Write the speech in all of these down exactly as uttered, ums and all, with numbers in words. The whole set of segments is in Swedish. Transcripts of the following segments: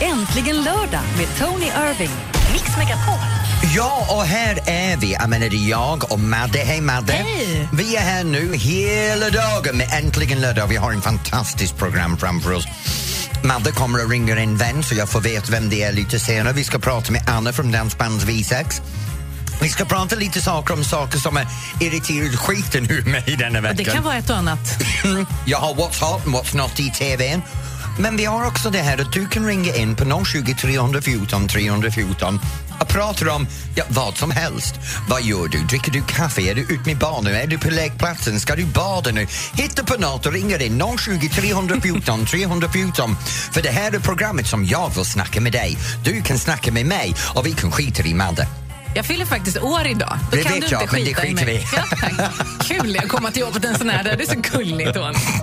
Äntligen lördag med Tony Irving. Mix Megapol. Ja, och här är vi. Jag menar, det är jag och Madde. Hej Madde. Hej. Vi är här nu hela dagen med Äntligen lördag. Vi har en fantastisk program framför oss. Madde kommer att ringa en vän så jag får veta vem det är lite senare. Vi ska prata med Anna från Dansbands V sex. Vi ska prata lite saker om saker som är irriterade skiten ur mig denna veckan. Det kan vara ett och annat. Jag har What's Hot and What's Not i tvn. Men vi har också det här att du kan ringa in på noll tjugo, tre fjorton, tre fjorton och prata om ja, vad som helst. Vad gör du? Dricker du kaffe? Är du ute med barnen? Är du på lekplatsen? Ska du bada nu? Hitta på något och ringa in noll tjugo, tre fjorton, tre fjorton. För det här är programmet som jag vill snacka med dig. Du kan snacka med mig och vi kan skita i Madde. Jag fyller faktiskt år idag. Då det kan vet du jag, inte men det skita i skiter mig. vi. Ja, tack. Kul att komma till jobbet en sån här där. Det är så gulligt.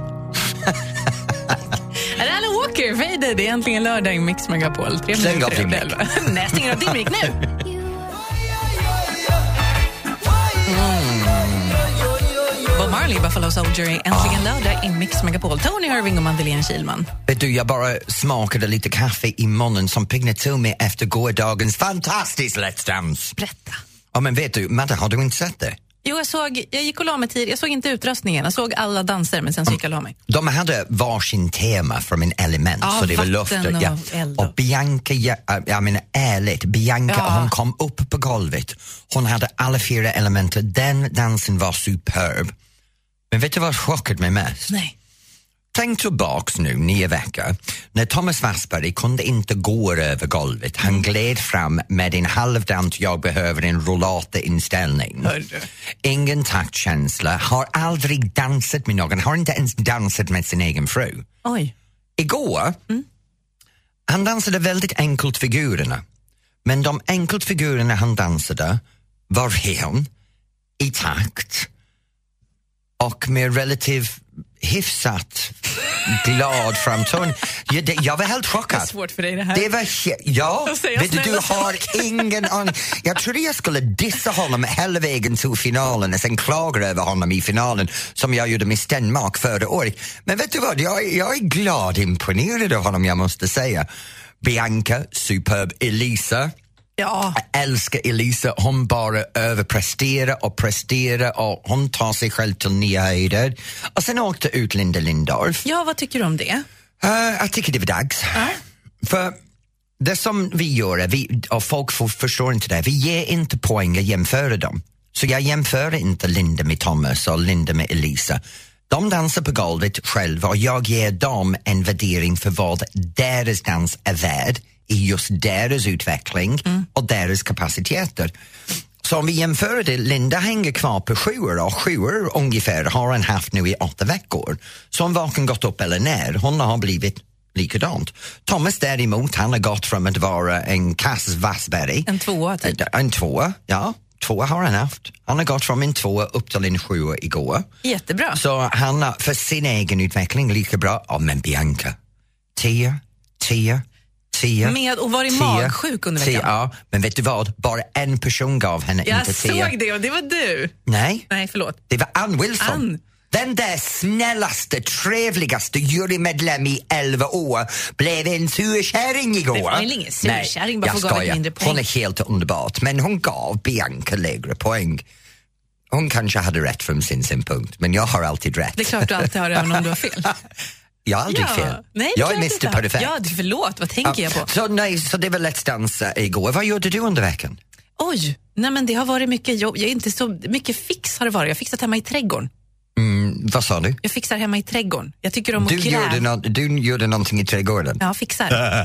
Alan Walker, Faded, det är äntligen lördag i Mix Megapol. Stäng av din mick. Nej, stäng av din mick nu. Mm. Bob Marley, Buffalo Soldier, är äntligen lördag i Mix Megapol. Tony Irving och Madeleine Kilman. Vet du, jag bara smakade lite kaffe i munnen som piggade till mig efter gårdagens fantastiskt Let's Dance. Berätta. Ja, men vet du, Madde, har du inte sett det? Jo, jag såg, jag gick och la mig tid. Jag såg inte utröstningen. Jag såg alla danser, men sen så gick jag och la mig. De hade varsin tema från en element. Ja, så det var vatten luften. och Ja. eld. Och Bianca, jag, jag menar ärligt, Bianca, Ja. hon kom upp på golvet. Hon hade alla fyra elementen. Den dansen var superb. Men vet du vad chockade mig mest? Nej. Tänk tillbaks nu, nio veckor, när Thomas Wassberg kunde inte gå över golvet. Han Mm. gled fram med en halvdant jag behöver en rollator-inställning. Ingen taktkänsla, har aldrig dansat med någon, har inte ens dansat med sin egen fru. Oj. Igår, Mm. han dansade väldigt enkelt figurerna. Men de enkelt figurerna han dansade var ren, i takt och med relativt hyfsat glad framtoning. Jag, det, jag var helt chockad. Det är svårt för dig det här. Det var, ja, vet du, du har saker. ingen aning. Jag trodde jag skulle dissa honom hela vägen till finalen och sen klaga över honom i finalen som jag gjorde med Stenmark förra året. Men vet du vad, jag, jag är glad imponerad av honom, jag måste säga. Bianca, superb. Elisa, Ja. jag älskar Elisa, hon bara överpresterar och presterar och hon tar sig själv till nya höjder. Och sen åkte ut Linda Lindorff. Ja, vad tycker du om det? Uh, jag tycker det var dags. Ja. För det som vi gör, är vi, och folk får, förstår inte det, vi ger inte poäng att jämföra dem. Så jag jämför inte Linda med Thomas och Linda med Elisa. De dansar på golvet själva och jag ger dem en värdering för vad deras dans är värd i just deras utveckling mm. och deras kapaciteter. Så om vi jämför det, Linda hänger kvar på sjuor och sjuor ungefär har han haft nu i åtta veckor. Så hon varken gått upp eller ner, hon har blivit likadant. Thomas däremot, han har gått från att vara en kass Wassberg. En tvåa typ. En tvåa, ja. Tvåa har han haft. Han har gått från en tvåa upp till en sjua igår. Jättebra. Så han har för sin egen utveckling lika bra. Ja, men Bianca, tio, tio, tio. Med och var i tio, magsjuk under veckan. tio, ja, men vet du vad? Bara en person gav henne Jag inte tio. såg det och det var du. Nej. Nej, förlåt. Det var Ann Wilson. Ann. Den där snällaste, trevligaste jurymedlem i elva år blev en surkärring igår. Det var väl ingen surkärring, bara få gav ett mindre poäng. Hon är helt underbart, men hon gav Bianca lägre poäng. Hon kanske hade rätt från sin synpunkt, men jag har alltid rätt. Det är klart du alltid har, även om du har fel. Jag har aldrig ja. fel. Nej, jag är mister Perfekt. Ja, förlåt, vad tänker ja. jag på? Så, nej, så det var Let's Dance igår. Vad gjorde du under veckan? Oj, nej men det har varit mycket jobb. Jag är inte så mycket fix har det varit. Jag har fixat hemma i trädgården. Mm, vad sa du? Jag fixar hemma i trädgården. Jag tycker om du att kräva. Gjorde no- du gjorde någonting i trädgården? Ja, fixar.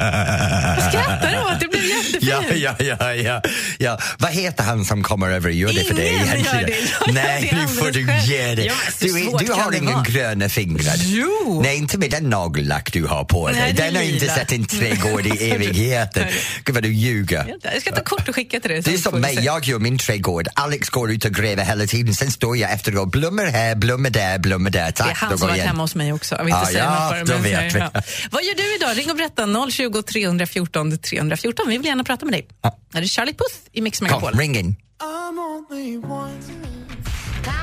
Jag skrattar åt, det blev jättefint. Ja, ja, ja, ja, ja. Vad heter han som kommer över och gör ingen det för dig egentligen? Gör det. Jag Nej, gör det nu får du ge det. Ja, du du har ingen gröna fingrar. Jo. Nej, inte med den nagellack du har på dig. Nej, den har inte sett en trädgård i evigheter. Gud vad du ljuger. Jag ska ta kort och skicka till dig. Det är som mig, jag gör min trädgård. Alex går ut och gräver hela tiden. Sen står jag efter och blommar här, blommar där, blommar där. Tack, det är han som har varit hemma hos mig också. Jag vill inte ah, säga ja, något för då det, vet vi. ja. Vad gör du idag? Ring och berätta noll tjugo, tre fjorton, tre fjorton. Vi vill gärna prata med dig. Ah. Är det Charlie Puth i Mix Megapol? Kom, ring in.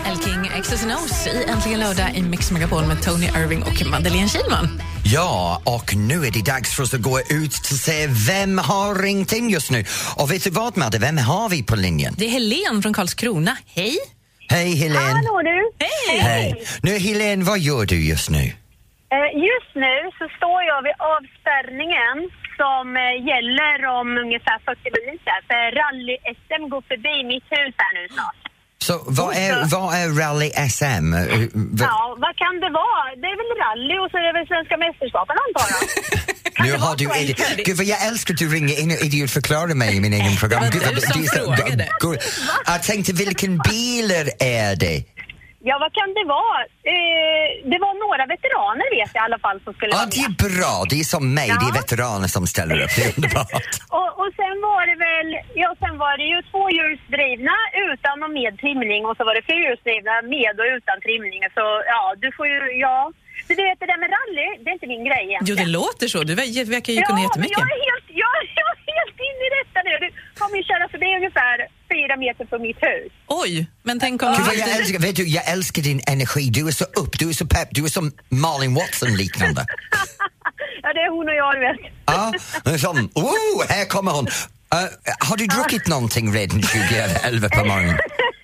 Elking, X's and O's i Äntligen lördag i Mix Megapol med Tony Irving och Madeleine Kilman. Ja, och nu är det dags för oss att gå ut och se vem har ringt in just nu. Och vet du vad, Madde? Vem har vi på linjen? Det är Helene från Karlskrona. Hej! Hej, Helene. Hallå du! Hej! Hej. Nu, Helene, vad gör du just nu? Just nu så står jag vid avspärrningen som gäller om ungefär fyrtio minuter. För rally-S M går förbi mitt hus här nu snart. Så vad är, vad är rally-S M? Ja, vad kan det vara? Det är väl rally och så är det väl svenska mästerskapen, antar jag. Nu har du idiot. Gud, vad jag älskar att du ringer in och idiotförklarar mig i min egen program. Det var du som frågade. Jag tänkte, vilken bilar är det? Ja, vad kan det vara? Eh, det var några veteraner, vet jag i alla fall, som skulle Ja, vara det är med. bra. Det är som mig. Ja. Det är veteraner som ställer upp. Det är underbart. och, och sen var det väl, ja, sen var det ju tvåhjulsdrivna utan och med trimning, och så var det fyrhjulsdrivna med och utan trimning. Så ja, du får ju, ja. Du vet, det där med rally, det är inte min grej egentligen. Jo, det låter så. Du verkar ju ja, kunna jättemycket. Jag är helt, jag, jag är helt inne i detta nu. Du kommer ju köra förbi ungefär fyra meter från mitt hus. Oj, men tänk om... Gud, vad jag, älskar, vet du, jag älskar din energi. Du är så upp, du är så pepp, du är som Malin Watson liknande. Ja, det är hon och jag, du vet. Ja, men som, oh, här kommer hon. Uh, har du druckit någonting redan tjugo elva på morgonen?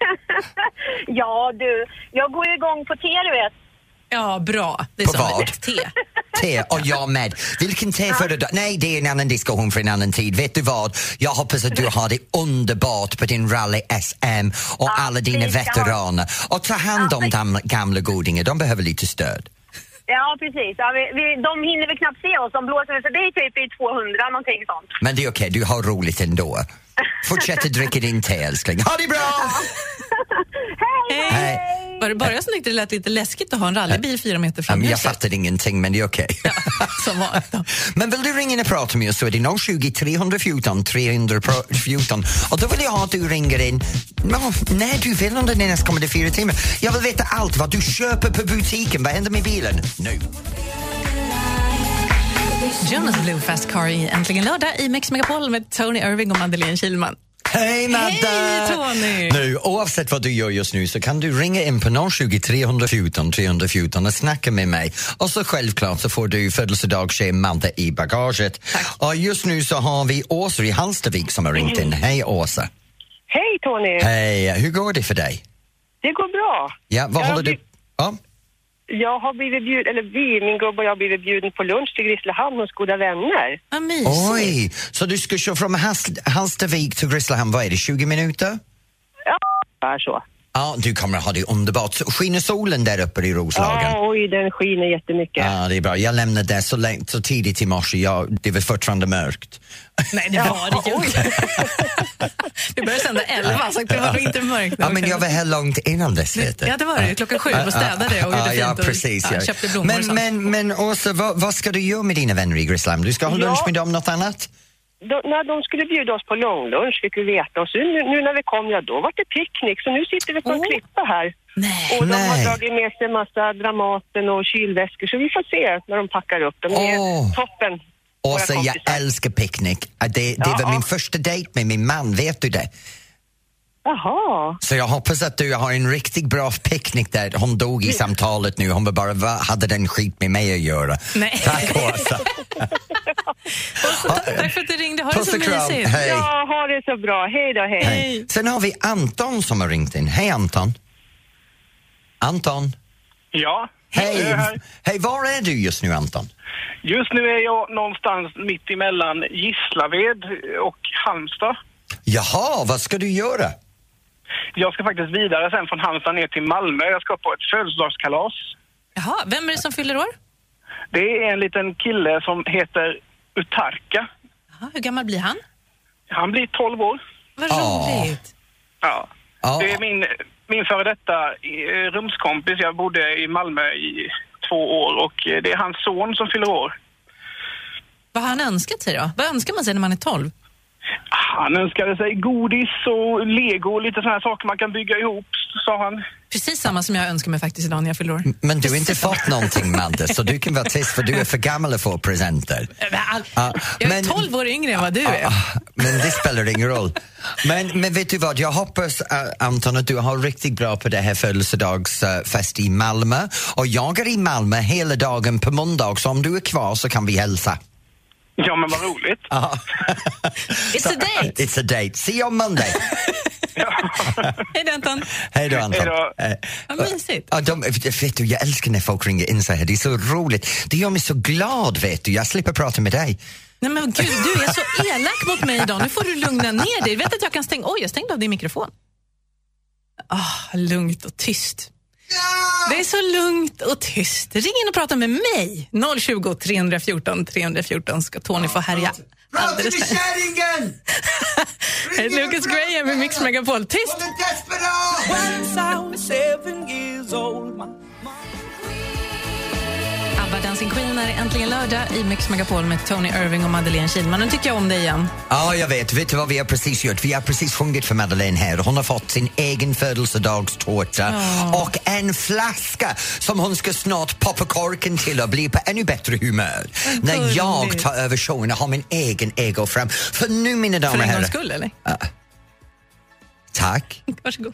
Ja, du. Jag går ju igång på te, du vet. Ja, bra. Det är På som vad? ett te. Te, och jag med. Vilken te för det? Nej, det är en annan diskussion för en annan tid. Vet du vad? Jag hoppas att du har det underbart på din rally-S M och Ja, alla dina vi ska veteraner. Och ta hand om Ja, gamla, gamla godingar. De behöver lite stöd. Ja, precis. Ja, vi, vi, de hinner väl knappt se oss. De blåser förbi typ i tvåhundra, någonting sånt. Men det är okej, okay. Du har roligt ändå. Fortsätt att dricka din te, älskling. Ha det bra! Hej, Hej. Var det bara jag som tyckte det lät lite läskigt att ha en rallybil fyra meter från Um, jag huset? fattar ingenting, men det är okej. Okay. Ja, som vanligt då. Men vill du ringa in och prata med oss så är det noll tjugo, tre fjorton, tre fjorton. Och då vill jag ha att du ringer in no, när du vill under den nästkommande fyra timmar. Jag vill veta allt vad du köper på butiken. Vad händer med bilen nu? Jonas Blue Fast Car i Äntligen lördag i Mix Megapol med Tony Irving och Madeleine Kilman. Hej Madde! Hej Tony! Nu, oavsett vad du gör just nu så kan du ringa in på noll tjugo, tre fjorton, tre fjorton och snacka med mig. Och så självklart så får du födelsedagstjej Madde i bagaget. Tack. Och just nu så har vi Åsa i Hallstavik som har ringt in. Hej Åsa! Hej Tony! Hej, hur går det för dig? Det går bra. Ja, vad Jag håller har du... blivit- Ja. Jag har blivit bjuden, eller vi, min gubbe och jag har blivit bjuden på lunch till Grisslehamn hos goda vänner. Vad mysigt. Oj, så du ska köra från Hall- Hallstavik till Grisslehamn, vad är det, tjugo minuter? Ja, är så. Ja, du kommer att ha det underbart. Så skiner solen där uppe i Roslagen? Ja, oj, den skiner jättemycket. Ja, det är bra. Jag lämnade det så, länge, så tidigt i morse. Jag, det var fortfarande mörkt. Nej, det var det ju inte. Vi började sända elva, så det var inte mörkt. Ja, men jag var här långt innan dess, vet du. Ja, det var det. Klockan sju och städade och gjorde ja, fint. Ja, precis. Och, ja, Ja. köpte blommor och Men, sånt. men, men Åsa, vad, vad ska du göra med dina vänner i Grisslehamn? Du ska ha Ja. lunch med dem, något annat? De, när de skulle bjuda oss på långlunch fick vi veta, och så nu, nu när vi kom, ja då var det picknick, så nu sitter vi på en Oh. klippa här. Nej. Och de Nej. har dragit med sig massa Dramaten och kylväskor, så vi får se när de packar upp. De är Åh. toppen. Åsa, våra jag kompisar. älskar picknick. Det, det Ja, var ja. min första dejt med min man, vet du det? Jaha. Så jag hoppas att du har en riktigt bra picknick där. Hon dog i samtalet nu. Hon var bara, vad hade den skit med mig att göra? Nej. Tack Åsa. Åsa, tack för att du ringde. Ha det Puss så och kram. mysigt. Hej. Ja, ha det så bra. Hej då, hej. Hej. Sen har vi Anton som har ringt in. Hej Anton. Anton. Ja, Hej. jag är här. Hej, var är du just nu Anton? Just nu är jag någonstans mitt emellan Gislaved och Halmstad. Jaha, vad ska du göra? Jag ska faktiskt vidare sen från Halmstad ner till Malmö. Jag ska på ett födelsedagskalas. Jaha, vem är det som fyller år? Det är en liten kille som heter Utarka. Jaha, hur gammal blir han? Han blir tolv år. Vad Ja. roligt. Ja. Ja. Det är min, min före detta eh, rumskompis. Jag bodde i Malmö i två år och eh, det är hans son som fyller år. Vad har han önskat sig då? Vad önskar man sig när man är tolv? Han önskade sig godis och lego och lite såna här saker man kan bygga ihop. sa han. Precis samma som jag önskar mig faktiskt idag när jag fyller år. Men du har inte fått någonting, Madde, så du kan vara tyst för du är för gammal att få presenter. Jag är tolv år yngre än vad du är. Men det spelar ingen roll. Men, men vet du vad, jag hoppas, uh, Anton, att du har riktigt bra på det här födelsedagsfest uh, i Malmö. Och jag är i Malmö hela dagen på måndag, så om du är kvar så kan vi hälsa. Ja, men vad roligt. It's a date. It's a date. See you on Monday. Hej då, Anton. Hej då, Anton. Vad mysigt. Ja, de, vet du, jag älskar när folk ringer in så här. Det är så roligt. Det gör mig så glad, vet du. Jag slipper prata med dig. Nej men gud, du är så elak mot mig idag. Nu får du lugna ner dig. Vet att jag kan stänga... Oj, jag stängde av din mikrofon. Ah, lugnt och tyst. Ja! Det är så lugnt och tyst. Ring in och prata med mig. noll tjugo, tre fjorton, tre fjorton ska Tony få härja. Alldeles här. Hej, Lucas Graham med Mix Megapol. Tyst! ABBA Dancing Queen är äntligen lördag i Mix Megapol med Tony Irving och Madeleine Kilman. Nu tycker jag om dig igen. Ja, jag vet. Vet du vad vi har precis gjort? Vi har precis sjungit för Madeleine här. Hon har fått sin egen födelsedagstårta oh. och en flaska som hon ska snart poppa korken till och bli på ännu bättre humör. Oh, när jag tar över showen och har min egen ego fram. För nu, mina damer och herrar... För en gångs skull, eller? Uh, tack. Varsågod.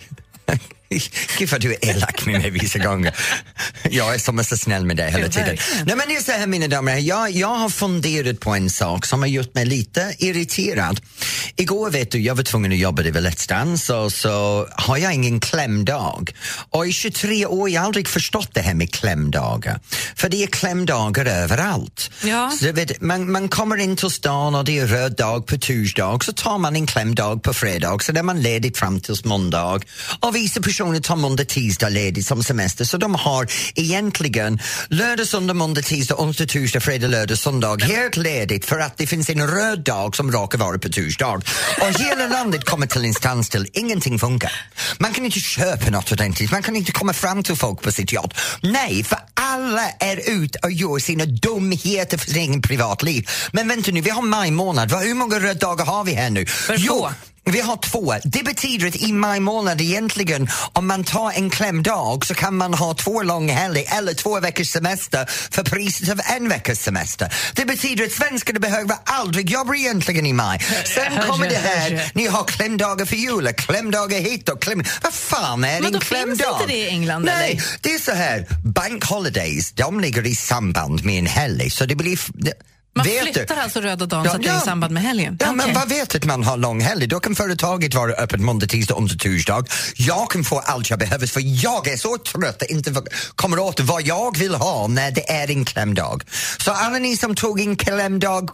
Gud vad du är elak med mig vissa gånger. Jag är som är så snäll med dig hela tiden. Nej, men det är så här, mina damer. Jag, jag har funderat på en sak som har gjort mig lite irriterad. Igår, vet du, jag var tvungen att jobba i Let's Dance och så har jag ingen klämdag. Och i tjugotre år har jag aldrig förstått det här med klämdagar. För det är klämdagar överallt. Ja. Så, vet, man, man kommer in till stan och det är röd dag på torsdag, så tar man en klämdag på fredag, så där man ledigt fram till måndag. Och vissa personer tar måndag, tisdag ledigt som semester, så de har egentligen lördag, söndag, måndag, tisdag, onsdag, torsdag, fredag, lördag, söndag helt ledigt för att det finns en röd dag som råkar vara på torsdag. Och hela landet kommer till en standstill. Ingenting funkar. Man kan inte köpa något ordentligt. Man kan inte komma fram till folk på sitt jobb. Nej, för alla är ut och gör sina dumheter för sin egen privatliv. Men vänta nu, vi har maj månad. Hur många röda dagar har vi här nu? Jo, vi har två. Det betyder att i maj månad egentligen, om man tar en klämdag så kan man ha två långa helger eller två veckors semester för priset av en veckas semester. Det betyder att svenskarna behöver aldrig jobba egentligen i maj. Sen kommer det här, ni har klämdagar för jul, klämdagar hit och kläm... Vad fan är men en klämdag? Men då finns inte det i England, Nej, eller? Det är så här, bank holidays, de ligger i samband med en helg, så det blir... Det, man vet flyttar du? alltså röda dagen ja, så att det är i samband med helgen? Ja, okay. men vad vet att man har lång helg? Då kan företaget vara öppet måndag, tisdag, onsdag, torsdag. Jag kan få allt jag behöver för jag är så trött att inte kommer åt vad jag vill ha när det är en klämdag. Så alla ni som tog en klämdag,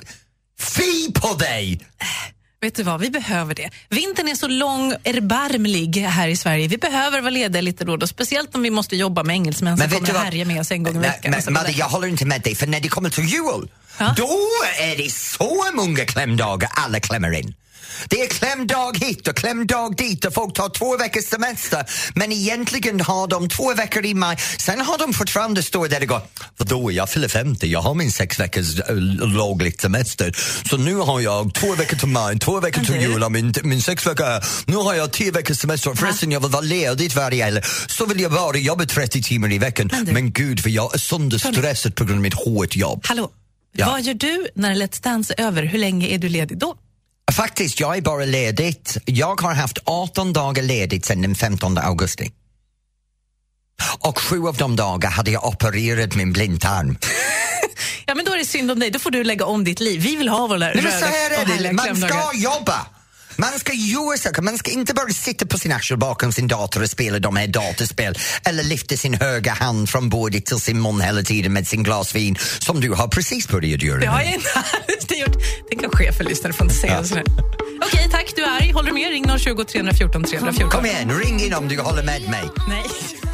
fy på dig! Vet du vad, vi behöver det. Vintern är så lång, erbarmlig här i Sverige. Vi behöver vara lediga lite då, och speciellt om vi måste jobba med engelsmän som kommer att härja med oss en gång i veckan. Men, Madde, jag håller inte med dig, för när det kommer till jul, ha? Då är det så många klämdagar alla klämmer in. Det är klämdag hit och klämdag dit och folk tar två veckors semester, men egentligen har de två veckor i maj. Sen har de fortfarande stå där och gå, vadå, jag fyller femtio, jag har min sex veckors äh, lagligt semester, så nu har jag två veckor till maj, två veckor till jul, min, min sex veckor, nu har jag tio veckors semester, förresten jag vill vara ledigt varje helg, så vill jag bara jobba trettio timmar i veckan, men, men gud, för jag är sönderstressad på grund av mitt hårt jobb. Hallå, ja. Vad gör du när Let's Dance är över? Hur länge är du ledig då? Faktiskt, jag är bara ledigt. Jag har haft arton dagar ledigt sedan den femtonde augusti. Och sju av de dagar hade jag opererat min blindtarm. Ja, men då är det synd om dig. Då får du lägga om ditt liv. Vi vill ha våra röda. Men så här är det. Man ska jobba. Man ska göra saker. Man ska inte bara sitta på sin axel bakom sin dator och spela de här datorspel eller lyfta sin höga hand från bordet till sin mun hela tiden med sin glas vin som du har precis börjat göra. Det har jag inte gjort. Det kan chefen lyssna från säga ja. Okej, okay, tack. Du är arg. Håller du med? Ring noll tjugo, tre fjorton, tre fjorton. Kom igen, ring in om du håller med mig. Nej.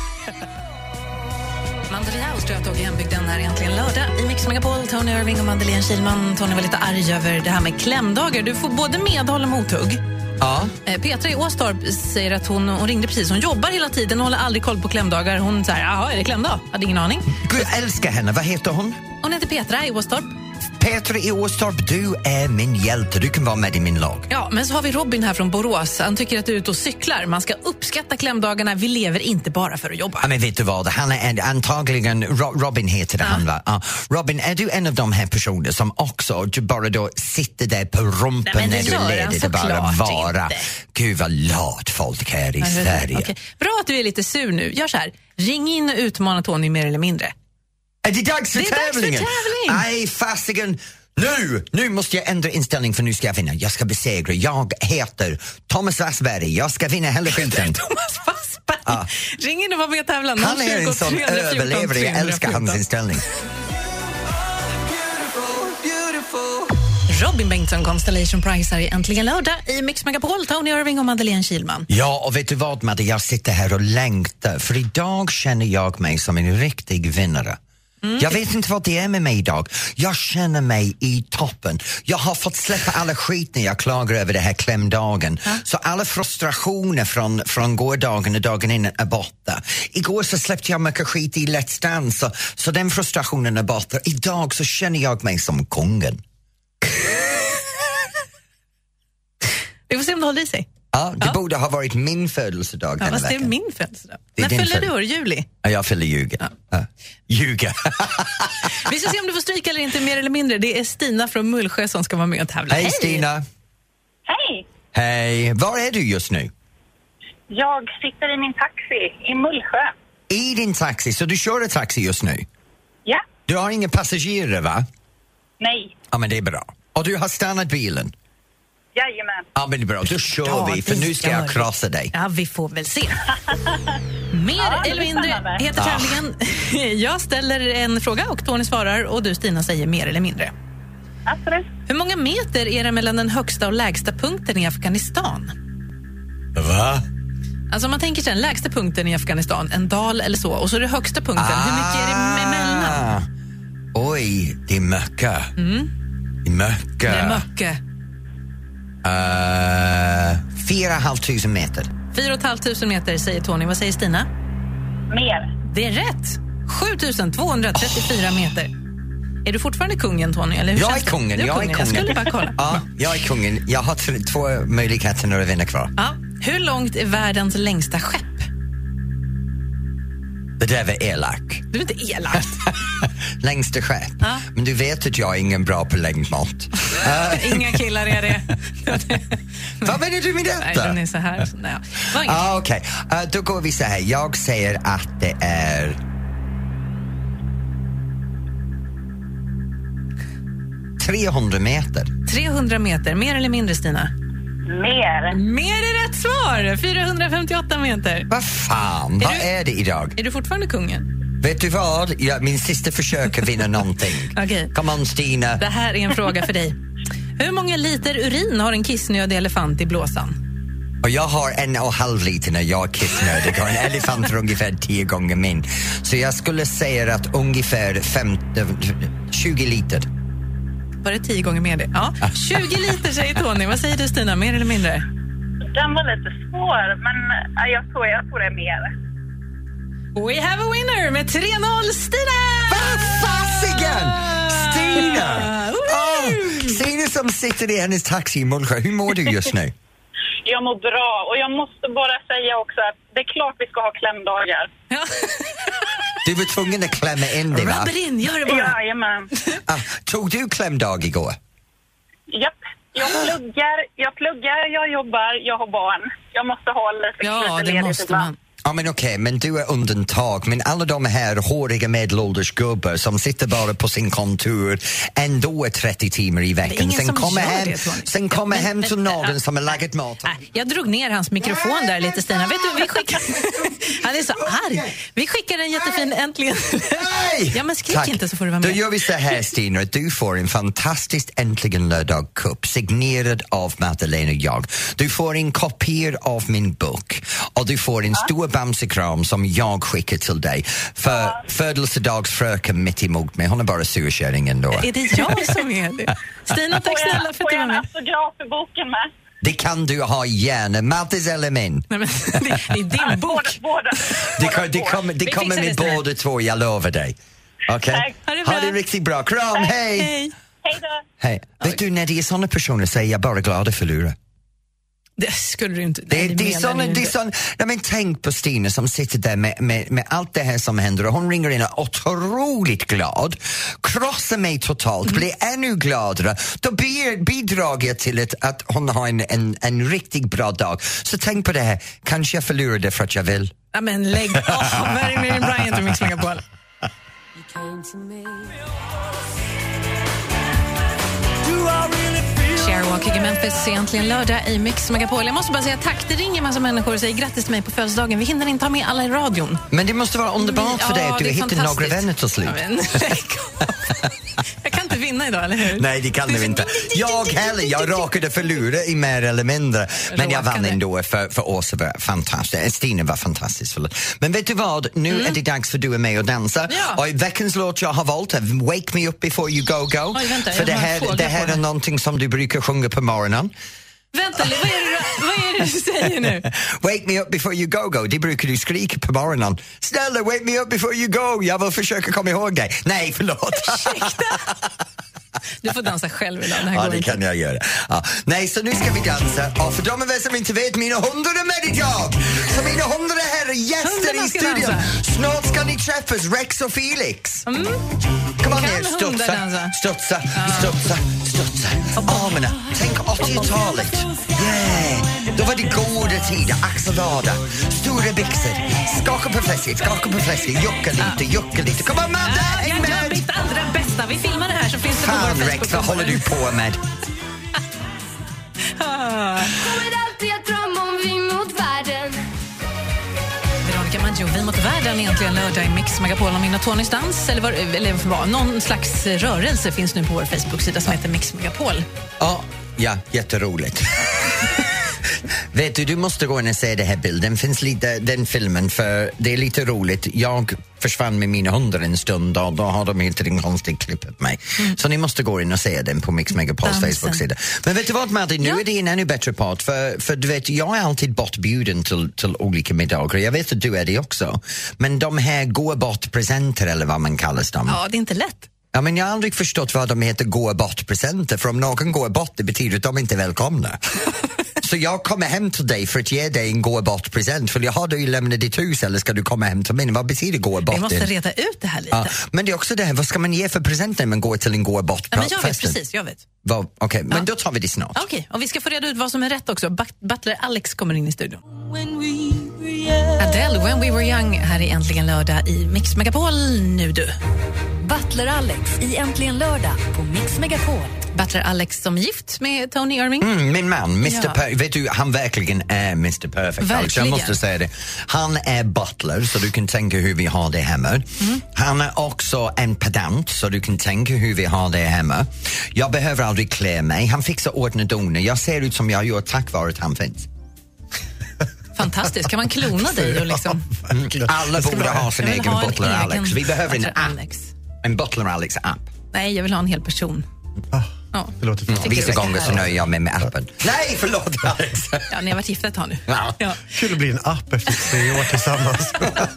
Mandriaus tror jag tog i hembygden här egentligen lördag i Mix Megapol. Tony Irving och Madeleine Kilman. Tony var lite arg över det här med klämdagar. Du får både medhåll och mothugg. Ja. Petra i Åstorp säger att hon, hon ringde precis. Hon jobbar hela tiden och håller aldrig koll på klämdagar. Hon säger, jaha, är det klämdag? Hade ingen aning. Gud, jag älskar henne. Vad heter hon? Hon heter Petra i Åstorp. Peter i Åstorp, du är min hjälte. Du kan vara med i min lag. Ja, men så har vi Robin här från Borås. Han tycker att du är ute och cyklar. Man ska uppskatta klämdagarna. Vi lever inte bara för att jobba. Ja, men vet du vad? Han är en, antagligen, Ro- Robin heter det Ja. han va? Ja. Robin, är du en av de här personerna som också du bara då sitter där på rumpen Nej, men när det du gör är han ledig? Det bara såklart vara. inte. Gud vad lat folk här i Sverige. Okej. Bra att du är lite sur nu. Gör så här. Ring in och utmana Tony mer eller mindre. Är det dags för Det är dags för tävlingen? tävling. Nej, fasiken. Nu, nu måste jag ändra inställning för nu ska jag vinna. Jag ska besegra. Jag heter Thomas Wassberg. Jag ska vinna hela skiten. Thomas Wassberg. Ja. Ring in och var med och tävla. Han är en sån överlevare. Jag älskar hans inställning. Robin Bengtsson, Constellation Prize här i Äntligen lördag i Mix Megapol, Tony Irving och Madeleine Kilman. Ja, och vet du vad, Madde? Jag sitter här och längtar. För idag känner jag mig som en riktig vinnare. Mm. Jag vet inte vad det är med mig idag. Jag känner mig i toppen. Jag har fått släppa alla skit när jag klagar över det här klämdagen. Ja. Så alla frustrationer från, från gårdagen och dagen innan är borta. Igår så släppte jag mycket skit i Let's Dance, så, så den frustrationen är borta. Idag så känner jag mig som kungen. Vi får se om det håller i sig. Ja, det ja. borde ha varit min födelsedag ja, den fast veckan. det är min födelsedag. Det är När fyller föd- du år? Juli? Ja, jag fyller ljuga. Ja. Ja. Ljuga. Vi ska se om du får stryka eller inte, mer eller mindre. Det är Stina från Mullsjö som ska vara med och tävla. Hej Stina. Hej! Hej. Var är du just nu? Jag sitter i min taxi i Mullsjö. I din taxi, så du kör en taxi just nu? Ja. Du har ingen passagerare, va? Nej. Ja, men det är bra. Och du har stannat bilen? Jajamän. Ja, men det är bra. Då kör Ja, vi, för det nu ska jag gör krossa dig. Ja, vi får väl se. Mer Ja, det eller blir mindre spännande. heter Ah. tävlingen. Jag ställer en fråga och Tony svarar och du, Stina, säger mer eller mindre. Absolut. Hur många meter är det mellan den högsta och lägsta punkten i Afghanistan? Va? Alltså om man tänker sig den lägsta punkten i Afghanistan, en dal eller så, och så är det högsta punkten. Hur mycket är det emellan? Oj, det är mycket. Mm. Det är mycket. Det är mycket. Uh, fyra och halv tusen meter. Fyra och ett halvt tusen meter, säger Tony. Vad säger Stina? Mer. Det är rätt. sjutusen tvåhundratrettiofyra meter. Är du fortfarande kungen, Tony? Eller hur Jag känns är det? kungen, Du är jag är kungen. kungen. Jag skulle bara kolla. Ja, jag är kungen. Jag har t- två möjligheter när jag vinner kvar. Ja. Hur långt är världens längsta skepp? Det där var elak. Du är inte elakt. Längsta skepp. Ja. Men du vet att jag är ingen bra på längdmått. uh, Inga killar är det. Vad menar du med detta? Nej, den är så här. Så, nej. Var inget. Ah, Okej, okay. uh, då går vi så här. Jag säger att det är... trehundra meter. trehundra meter, mer eller mindre, Stina? Mer. Mer är rätt svar! fyrahundrafemtioåtta meter. Vad fan, Är vad du- är det idag? Är du fortfarande kungen? Vet du vad? Ja, min sista försök att vinna någonting. Okej. Kom on, Stina. Det här är en fråga för dig. Hur många liter urin har en kissnödig elefant i blåsan? Och jag har en och halv liter när jag är kissnödig och en elefant är ungefär tio gånger min. Så jag skulle säga att ungefär femtio, tjugo liter. Var det tio gånger mer det? Ja. tjugo liter, säger Tony. Vad säger du, Stina? Mer eller mindre? Den var lite svår, men ja, jag tror, jag tror det är mer. We have a winner med tre noll, Stina! Vad fasiken! Stina! Woo! Oh, Stina som sitter i hennes taxi i Mullsjö. Hur mår du just nu? Jag mår bra och jag måste bara säga också att det är klart vi ska ha klämdagar. Ja. Du var tvungen att klämma in det, va? Rub it in, gör det bara. Jajamän. Ah, tog du klämdag igår? Japp. Jag pluggar, jag pluggar, jag jobbar, jag har barn. Jag måste ha lite, Ja, lite det ledigt måste ibland. man. Ja, men okej, okay, men du är undantag. Men alla de här håriga medelålders gubbar som sitter bara på sin kontor ändå är trettio timmar i veckan. ingen Sen som kommer gör hem, det, Tony. sen kommer Ja, men- hem till någon som har lagat mat. Nej, jag drog ner hans mikrofon där lite, Stina. Vet du, vi skickar... Han är så arg. Vi skickar en jättefin äntligen. Nej! Ja, men skrik Tack. inte så får du vara med. Då gör vi så här, Stina. Du får en fantastisk Äntligen lördag-kupp signerad av Madeleine och jag. Du får en kopia av min bok och du får en stor bamsekram som jag skickar till dig. För födelsedagsfröken mitt emot mig. Hon är bara surkärringen då. Är det jag som är det? Stina, tack Får jag- snälla för att Får du jag var en med. autograf i boken med? Det kan du ha gärna. Mattes eller min. Nej, men, det, det är din Båda, bok. båda. Det, båda kom, det, två. kommer, det Vi kommer fixar med det, Stina. båda två, jag lovar dig. Okej? Tack. Ha det bra. Ha det riktigt bra. Kram, hej! Hej. Hej då. Hej. Vet du, när det är såna personer säger jag bara glad att förlora. Det skulle du inte. Det, nej, det, det är sån, det är sån, nej, men tänk på Stina som sitter där med, med, med allt det här som händer och hon ringer in och otroligt glad, krossar mig totalt, mm. blir ännu gladare. Då bidrar jag till att, att hon har en, en, en riktigt bra dag. Så tänk på det här, kanske jag förlorar det för att jag vill. Ja, men lägg av, oh, Miriam Bryant och Mix Megapol. Cher Walking i Memphis, egentligen lördag i Mix Megapol. Jag måste bara säga tack, det ringer en massa människor och säger grattis till mig på födelsedagen. Vi hinner inte ha med alla i radion. Men det måste vara underbart för dig ja, att du har hittat några vänner till slut. Ja, men, jag kan inte vinna idag, eller hur? Nej, det kan du inte. Jag heller, jag råkade förlora i mer eller mindre. Men jag vann ändå för, för oss var fantastiskt. Stina var fantastisk. Förlåt. Men vet du vad? Nu mm. är det dags för du och mig att dansa. Ja. Och veckans låt jag har valt är Wake Me Up Before You Go Go. Oj, vänta, för det här, det här är någonting som du brukar sjunga på morgonen. Vänta, vad är, det, vad är det du säger nu? Wake me up before you go go. Det brukar du skrika på morgonen. Snälla, wake me up before you go. Jag vill försöka komma ihåg dig. Nej, förlåt. Ursäkta. Du får dansa själv idag. Det här ja, går det inte. kan jag göra. Ja. Nej, så nu ska vi dansa. Och för de av er som inte vet, mina hundar är med idag. Så mina hundar är här, gäster i studion. Dansa. Snart ska ni träffas, Rex och Felix. Mm. Kom on ner, studsa, studsa, studsa, studsa. Armarna, tänk åttiotalet. Yeah. Då var det goda tider, axelvader, stora byxor. Skaka på fläsket, skaka på fläsket, jucka lite, jucka lite. Kom on, Madde, häng med! Jag gör mitt allra bästa. Vi filmar det här så finns det Fan, på vår Rex, vad håller du på med? Kommer alltid att drömma om vi mot världen. Veronica Maggio, vi mot världen, egentligen lördag i Mix Megapol om Mina Tonys dans. Eller, var, eller vad, någon slags rörelse finns nu på vår Facebook-sida som heter Mix Megapol. Ja, ja, jätteroligt. Vet du, du måste gå in och se den här bilden. Finns lite, den filmen, för det är lite roligt. Jag försvann med mina hundar en stund och då har de helt en konstigt klippet mig. Mm. Så ni måste gå in och se den på Mix Megapols Facebook-sida. Men vet du vad, Madde? Nu ja. är det en ännu bättre part. För, för du vet, jag är alltid bortbjuden till, till olika middagar. Jag vet att du är det också. Men de här gå bort-presenter eller vad man kallar dem. Ja, det är inte lätt. Ja, men jag har aldrig förstått vad de heter gå bort-presenter. För om någon går bort, det betyder att de inte är välkomna. Så jag kommer hem till dig för att ge dig en gå bort-present. För jag har du ju lämnat ditt hus eller ska du komma hem till mig? Vad betyder gå bort? Vi måste reda ut det här lite. Ja, men det är också det här, vad ska man ge för present när man går till en gå bort-fest? Ja, men jag vet precis, jag vet. Okej, okay, men ja. då tar vi det snart. Okej, okay, och vi ska få reda ut vad som är rätt också. Butler Alex kommer in i studion. Adele, When We Were Young, här är Äntligen lördag i Mix Megapol. Nu du. Butler Alex i Äntligen lördag på Mix Megapol. Butler Alex som gift med Tony Irving. Mm, min man, mister Ja. Per- vet du, han verkligen är mister Perfect. Alex. Jag måste säga det. Han är butler, så du kan tänka hur vi har det hemma. Mm. Han är också en pedant, så du kan tänka hur vi har det hemma. Jag behöver aldrig klä mig. Han fixar ordna doner. Jag ser ut som jag gör tack vare att han finns. Fantastiskt, kan man klona dig? Och liksom... Mm. Alla borde ha sin egen ha butler egen Alex. Vi behöver en Butler app. Alex. En butler Alex-app. Nej, jag vill ha en hel person. Ah, Ja. det låter Mm, vissa gånger så nöjer jag mig med appen. Nej, förlåt Alex! Ja, ni har varit gifta ett tag nu. Ja. Ja. Kul att bli en app efter tre år tillsammans.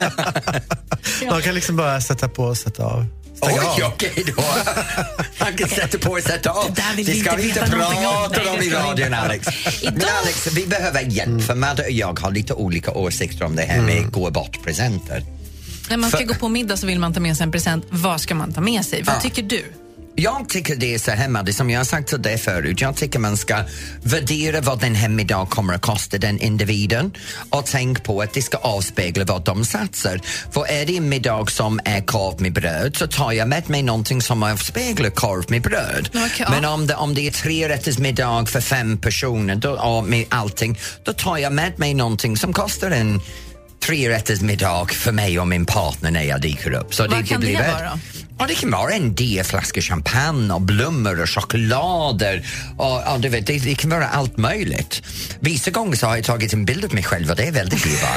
Man kan liksom bara sätta på och sätta av. Oj, okej då. Han kan sätta på och sätta av. Det där vill Det vi ska inte vi inte veta någonting om. prata Nej, om det i ska vi radion, inte. Alex. Men Idag- Alex, vi behöver hjälp. För Madde och jag har lite olika åsikter om det här med gå bort-presenter. När man ska För- gå på middag så vill man ta med sig en present. Vad ska man ta med sig? Vad Ja. tycker du? Jag tycker det är så här, Madde, som jag har sagt till dig förut. Jag tycker man ska värdera vad den här middagen kommer att kosta den individen och tänk på att det ska avspegla vad de satsar. För är det en middag som är korv med bröd så tar jag med mig någonting som avspeglar korv med bröd. Okej, ja. Men om det, om det är tre rätters middag för fem personer då, och med allting, då tar jag med mig någonting som kostar en tre rätters middag för mig och min partner när jag dyker upp. Så Vad det, kan blir det väl- vara då? Ja, det kan vara en D-flaska champagne och blommor och choklader och, och du vet, det, det kan vara allt möjligt. Vissa gånger så har jag tagit en bild av mig själv och det är väldigt dyrbart.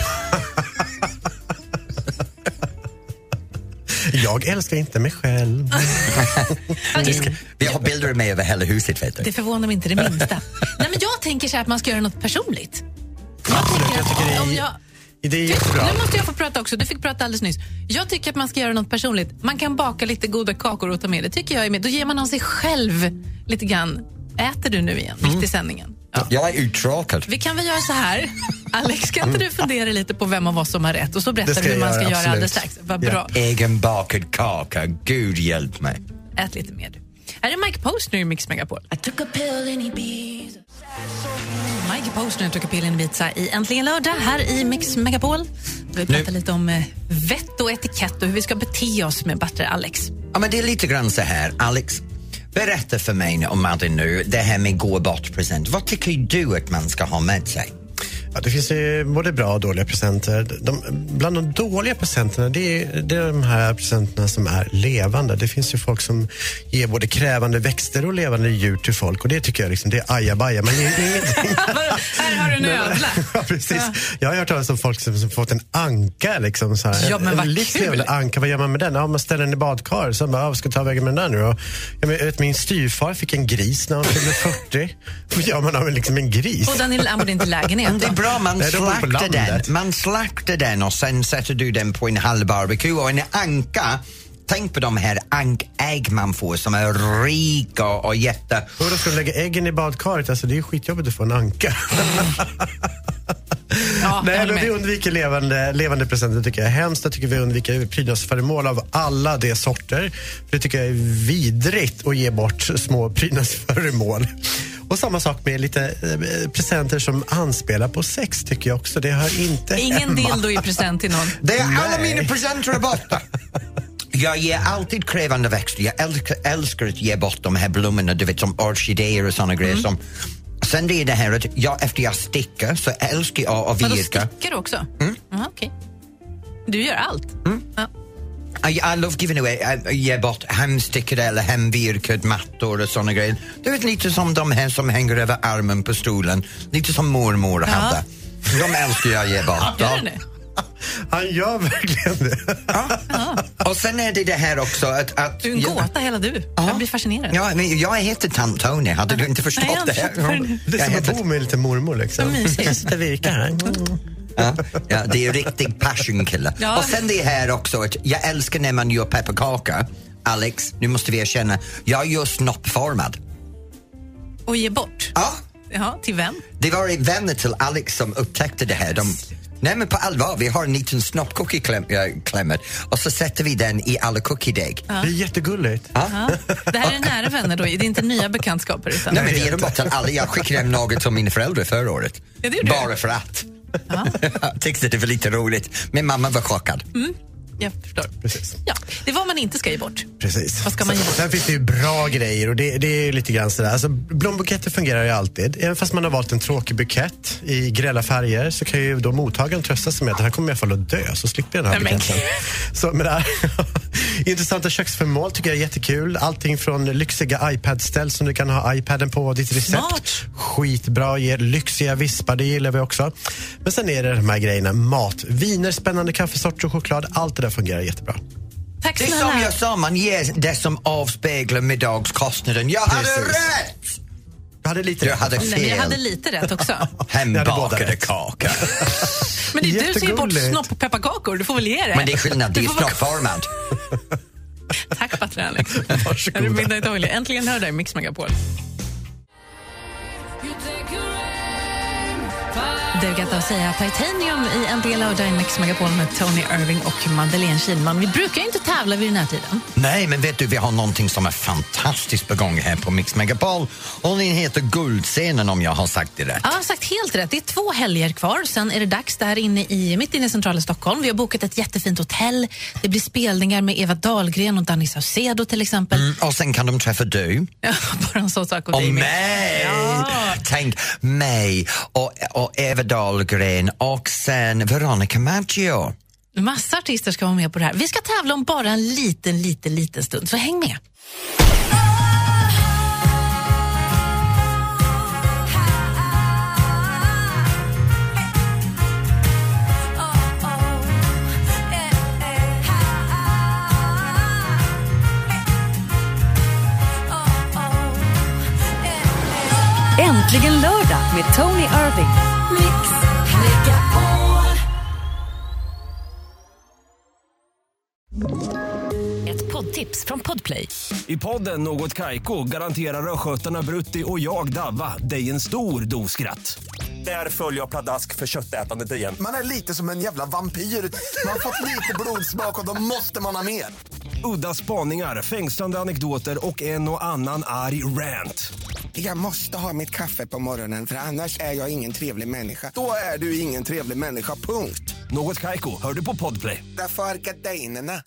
Jag älskar inte mig själv. Vi har bilder av mig över hela huset, vet du. Det förvånar mig inte det minsta. Nej, men jag tänker så här att man ska göra något personligt. Jag Absolut, tänker jag att tycker det är- om jag, Det är jättebra. Nu måste jag få prata också. Du fick prata alldeles nyss. Jag tycker att man ska göra något personligt. Man kan baka lite goda kakor och ta med. Det tycker jag är med. Då ger man av sig själv lite grann. Äter du nu igen, mm. mitt i sändningen? Ja. Jag är uttråkad. Vi kan väl göra så här. Alex, kan inte du fundera lite på vem av oss som har rätt? Och så berättar du hur man ska göra, göra alldeles strax. Vad bra. Ja. Egenbakad kaka. Gud hjälp mig. Ät lite mer. Här är Mike Postner i Mix Megapol. I took a pill in Ibiza. Mike Postner tog a pill in Ibiza i Äntligen lördag här i Mix Megapol. Vi pratar lite om eh, vett och etikett och hur vi ska bete oss med Butler Alex. Ja, men det är lite grann så här, Alex. Berätta för mig om Madde nu, det här med gå bort present. Vad tycker du att man ska ha med sig? Ja, det finns ju både bra och dåliga presenter. De, bland de dåliga presenterna, det är, det är de här presenterna som är levande. Det finns ju folk som ger både krävande växter och levande djur till folk. Och det tycker jag liksom, det är ajabaja. Men det är ingenting. Här har du en ödla. Ja, precis. Ja. Jag har hört talas om folk som, som fått en anka. Liksom, så här. Ja, men vad en livslevande anka. Vad gör man med den? Ja, man ställer den i badkar. Så bara, vad ska jag ta vägen med den där nu då? Jag vet, min styvfar fick en gris när han fyllde fyrtio. Vad gör man av liksom en gris? Och den använder inte lägenheten. Det är bra, man Nej, slaktar den. Man slaktar den och sen sätter du den på en halv barbecue. Och en anka, tänk på de här ankägg man får som är rika och jätte... Och då ska du lägga äggen i badkaret, alltså det är ju skitjobbigt att få en anka. Ja, Nej, men vi undviker levande, levande presenter tycker jag är hemskt. Jag tycker vi undviker prydnadsföremål av alla de sorter. För det tycker jag är vidrigt att ge bort små prydnadsföremål. Och samma sak med lite eh, presenter som anspelar på sex tycker jag också. Det hör inte Ingen hemma. dildo i present till någon. Det är alla mina presenter är borta. Jag ger alltid krävande växter. Jag älskar, älskar att ge bort de här blommorna, du vet, som orkidéer och såna grejer. Som, sen det är det här att jag, efter jag stickar så älskar jag att virka. Men då stickar du också? Mm. Aha, okej. Du gör allt? Mm. Ja. I, I love giving away, I, I ger bort hemstickade eller hemvirkade mattor och såna grejer. Det är lite som de här som hänger över armen på stolen. Lite som mormor ja. hade. De älskar jag ge bort. Gör det? Han gör verkligen det. Ja. Ja. Och sen är det det här också att... att du är en gåta jag, hela du. Ja. Jag blir fascinerad. Ja, men jag heter Tant Tony. Hade ja. du inte förstått Nej, det här? För... Det är som heter... att bo med lite mormor liksom. Jag sitter virka här. Mm. Ja, ja, det är riktigt passionkille. Ja. Och sen det här också att jag älskar när man gör pepparkaka. Alex, nu måste vi erkänna, jag gör snoppformad. Och ge bort? Ja. Jaha, till vem? Det var vänner till Alex som upptäckte det här. De, nej men på allvar, vi har en liten snoppcookie-klämmer och så sätter vi den i alla cookie-deg. Ja. Det är jättegulligt. Ja. Ja. Det här är nära vänner då, det är inte nya bekantskaper utan... Nej men det är de bara till alla. Jag skickade hem något till mina föräldrar förra året. Ja, det bara det. för att. Ja. Jag tyckte det var lite roligt. Min mamma var chockad. Mm. Jag förstår. Precis. Ja, det är vad man inte ska ge bort. Precis. Vad ska man ge bort? Sen finns det ju bra grejer och det, det är lite grann sådär. Alltså, blombuketter fungerar ju alltid. Även fast man har valt en tråkig bukett i grälla färger så kan ju då mottagaren trösta sig med att den här kommer i alla fall att dö, så slipper jag den här Nej, buketten. Så med det här. Intressanta köksföremål tycker jag är jättekul. Allting från lyxiga iPad-ställ som du kan ha iPaden på, ditt recept. Smart. Skitbra, ger lyxiga vispar, det gillar vi också. Men sen är det de här grejerna, mat, viner, spännande kaffesorter och choklad. Allt det där fungerar jättebra. Tack det är som jag sa, man ger det som avspeglar middagskostnaden. Jag hade Precis. rätt! Jag hade lite jag rätt. hade fel. Nej, men jag hade lite rätt också. Hembakade kaka. Men det är du som ger bort snopp och pepparkakor. Du får väl ge det. Men det är skillnad, det är snoppformad. Tack Butler Alex. Varsågod. Är du middag i Tolja? Äntligen hör dig Mix Megapol. Det är gott att säga Titanium i en del av Mix Megapol med Tony Irving och Madeleine Kilman. Vi brukar ju inte tävla vid den här tiden. Nej, men vet du, vi har någonting som är fantastiskt på gång här på Mix Megapol. Och den heter Guldscenen, om jag har sagt det rätt. Ja, jag har sagt helt rätt. Det är två helger kvar. Sen är det dags där inne i, mitt inne i centrala Stockholm. Vi har bokat ett jättefint hotell. Det blir spelningar med Eva Dahlgren och Danny Saucedo till exempel. Mm, och sen kan de träffa du. Ja, bara en sån sak. Och, och mig! Ja. Tänk mig och, och Eva Dahlgren och sen Veronica Maggio. Massa artister ska vara med på det här. Vi ska tävla om bara en liten, liten, liten stund. Så häng med. Äntligen lördag med Tony Irving. från Podplay. I podden Något Kaiko garanterar röskötarna Brutti och jag Davva dig en stor dos skratt. Där följer jag pladask för köttätandet igen. Man är lite som en jävla vampyr. Man har fått lite blodsmak och då måste man ha mer. Udda spaningar, fängslande anekdoter och en och annan arg rant. Jag måste ha mitt kaffe på morgonen för annars är jag ingen trevlig människa. Då är du ingen trevlig människa, punkt. Något Kaiko, hör du på Podplay. Därför är gardinerna.